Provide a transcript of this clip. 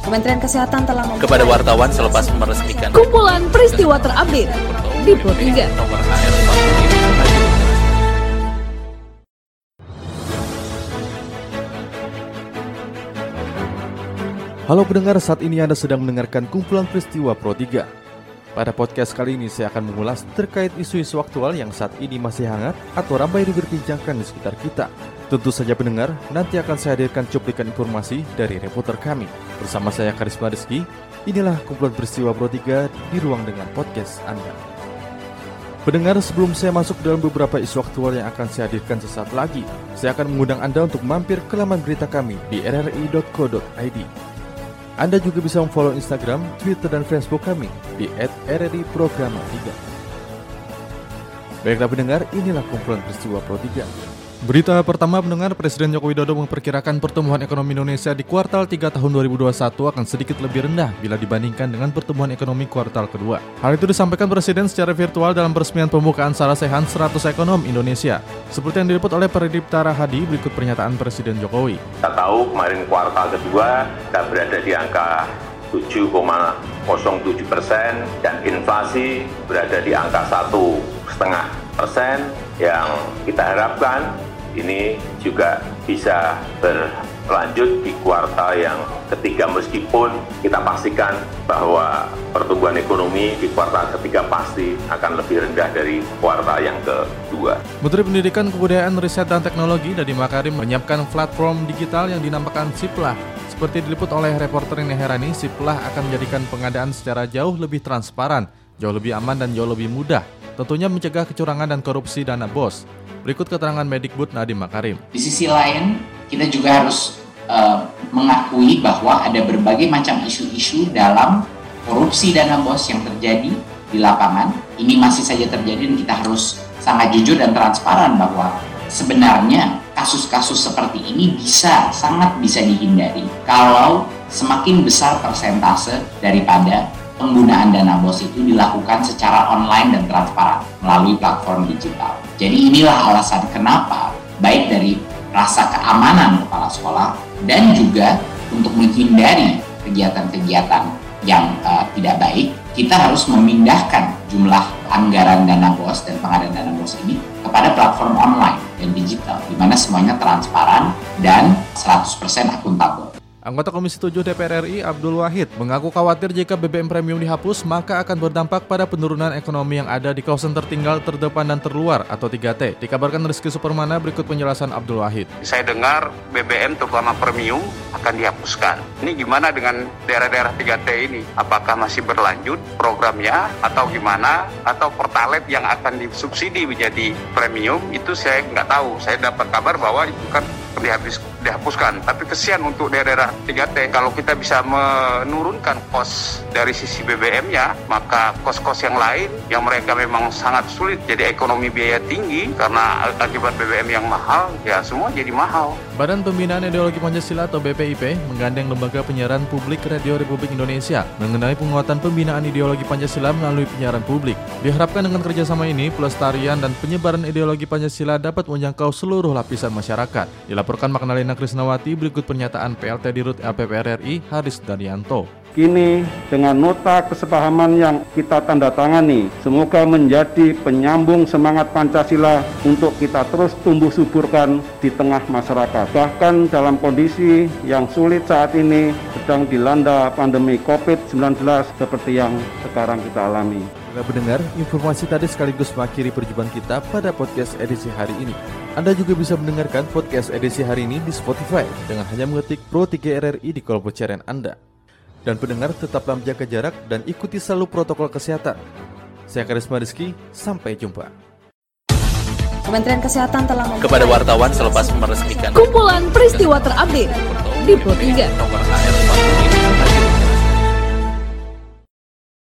Kementerian Kesehatan telah kepada wartawan selepas meresmikan kumpulan peristiwa terupdate di Pro 3. Nomor HR Halo pendengar, saat ini Anda sedang mendengarkan kumpulan peristiwa Pro 3. Pada podcast kali ini saya akan mengulas terkait isu-isu aktual yang saat ini masih hangat atau ramai diperbincangkan di sekitar kita. Tentu saja pendengar, nanti akan saya hadirkan cuplikan informasi dari reporter kami. Bersama saya Karisma Rizky, inilah kumpulan peristiwa Pro 3 di ruang dengar podcast Anda. Pendengar, sebelum saya masuk dalam beberapa isu aktual yang akan saya hadirkan sesaat lagi, saya akan mengundang Anda untuk mampir ke laman berita kami di rri.co.id. Anda juga bisa memfollow Instagram, Twitter, dan Facebook kami di @rriprograma3. Baiklah pendengar, inilah kumpulan peristiwa Pro 3. Berita pertama pendengar, Presiden Joko Widodo memperkirakan pertumbuhan ekonomi Indonesia di kuartal 3 tahun 2021 akan sedikit lebih rendah bila dibandingkan dengan pertumbuhan ekonomi kuartal kedua. Hal itu disampaikan Presiden secara virtual dalam peresmian pembukaan Sarasehan 100 Ekonom Indonesia. Seperti yang diliput oleh Perdipta Rahadi, berikut pernyataan Presiden Jokowi. Kita tahu kemarin kuartal kedua kita berada di angka 7,07% dan inflasi berada di angka 1,5% yang kita harapkan ini juga bisa berlanjut di kuartal yang ketiga, meskipun kita pastikan bahwa pertumbuhan ekonomi di kuartal ketiga pasti akan lebih rendah dari kuartal yang kedua. Menteri Pendidikan, Kebudayaan, Riset, dan Teknologi Nadiem Makarim menyiapkan platform digital yang dinamakan Siplah. Seperti diliput oleh reporter Ine Herani, Siplah akan menjadikan pengadaan secara jauh lebih transparan, jauh lebih aman, dan jauh lebih mudah. Tentunya mencegah kecurangan dan korupsi dana BOS. Berikut keterangan Mendikbud Nadiem Makarim. Di sisi lain, kita juga harus mengakui bahwa ada berbagai macam isu-isu dalam korupsi dana BOS yang terjadi di lapangan. Ini masih saja terjadi dan kita harus sangat jujur dan transparan bahwa sebenarnya kasus-kasus seperti ini sangat bisa dihindari kalau semakin besar persentase daripada penggunaan dana BOS itu dilakukan secara online dan transparan melalui platform digital. Jadi inilah alasan kenapa baik dari rasa keamanan kepala sekolah dan juga untuk menghindari kegiatan-kegiatan yang tidak baik, kita harus memindahkan jumlah anggaran dana BOS dan pengadaan dana BOS ini kepada platform online dan digital, di mana semuanya transparan dan 100% akuntabel. Anggota Komisi 7 DPR RI Abdul Wahid mengaku khawatir jika BBM Premium dihapus maka akan berdampak pada penurunan ekonomi yang ada di kawasan tertinggal, terdepan, dan terluar atau 3T. Dikabarkan Rizky Supermana, berikut penjelasan Abdul Wahid. Saya dengar BBM terutama Premium akan dihapuskan. Ini gimana dengan daerah-daerah 3T ini? Apakah masih berlanjut programnya atau gimana? Atau Pertalite yang akan disubsidi menjadi Premium? Itu saya nggak tahu. Saya dapat kabar bahwa itu kan dihapuskan, tapi kesian untuk daerah 3T. Kalau kita bisa menurunkan kos dari sisi BBM-nya, maka kos-kos yang lain yang mereka memang sangat sulit, jadi ekonomi biaya tinggi karena akibat BBM yang mahal, ya semua jadi mahal. Badan Pembinaan Ideologi Pancasila atau BPIP menggandeng Lembaga Penyiaran Publik Radio Republik Indonesia mengenai penguatan pembinaan ideologi Pancasila melalui penyiaran publik. Diharapkan dengan kerjasama ini, pelestarian dan penyebaran ideologi Pancasila dapat menjangkau seluruh lapisan masyarakat. Dilaporkan Magdalena Krisnawati, berikut pernyataan PLT Dirut LPPR RI Haris Daryanto. Kini dengan nota kesepahaman yang kita tanda tangani, semoga menjadi penyambung semangat Pancasila untuk kita terus tumbuh suburkan di tengah masyarakat. Bahkan dalam kondisi yang sulit saat ini, sedang dilanda pandemi COVID-19 seperti yang sekarang kita alami. Pendengar, informasi tadi sekaligus mengakhiri perjumpaan kita pada podcast edisi hari ini. Anda juga bisa mendengarkan podcast edisi hari ini di Spotify dengan hanya mengetik Pro 3 RRI di kolom pencarian Anda. Dan pendengar, tetaplah menjaga jarak dan ikuti selalu protokol kesehatan. Saya Karisma Rizky, sampai jumpa. Kementerian Kesehatan telah kepada wartawan selepas meresmikan kumpulan peristiwa terupdate di Pro 3. Nomor HR